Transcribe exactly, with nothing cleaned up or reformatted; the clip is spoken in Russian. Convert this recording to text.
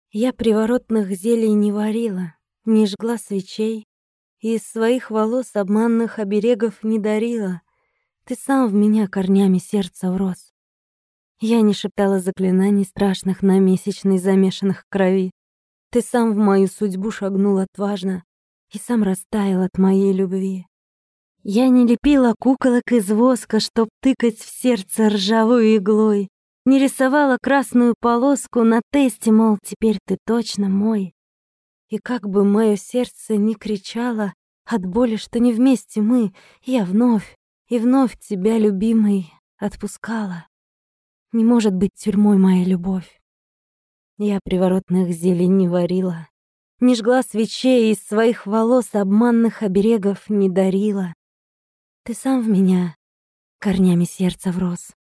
Я приворотных зелий не варила, не жгла свечей, и из своих волос обманных оберегов не дарила. Ты сам в меня корнями сердца врос. Я не шептала заклинаний страшных на месячной замешанных крови. Ты сам в мою судьбу шагнул отважно и сам растаял от моей любви. Я не лепила куколок из воска, чтоб тыкать в сердце ржавой иглой, не рисовала красную полоску на тесте, мол, теперь ты точно мой. И как бы мое сердце ни кричало от боли, что не вместе мы, я вновь и вновь тебя, любимый, отпускала. Не может быть тюрьмой моя любовь. Я приворотных зелий не варила, не жгла свечей, из своих волос обманных оберегов не дарила. Ты сам в меня корнями сердца врос.